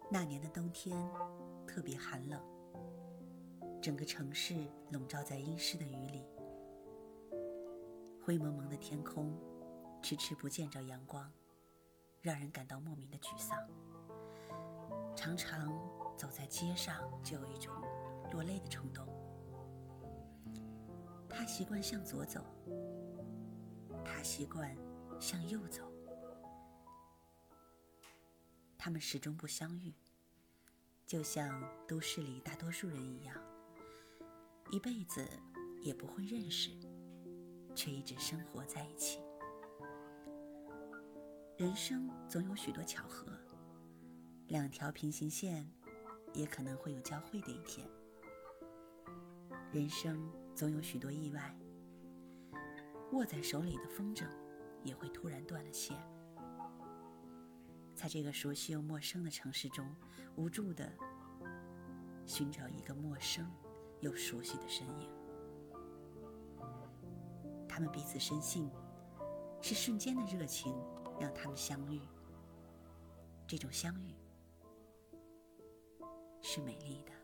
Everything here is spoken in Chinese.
那年的冬天特别寒冷，整个城市笼罩在阴湿的雨里，灰蒙蒙的天空迟迟不见着阳光，让人感到莫名的沮丧。常常走在街上就有一种落泪的冲动。他习惯向左走，他习惯向右走，他们始终不相遇，就像都市里大多数人一样，一辈子也不会认识，却一直生活在一起。人生总有许多巧合，两条平行线也可能会有交汇的一天。人生总有许多意外，握在手里的风筝也会突然断了线。在这个熟悉又陌生的城市中，无助地寻找一个陌生又熟悉的身影。他们彼此深信，是瞬间的热情让他们相遇，这种相遇是美丽的。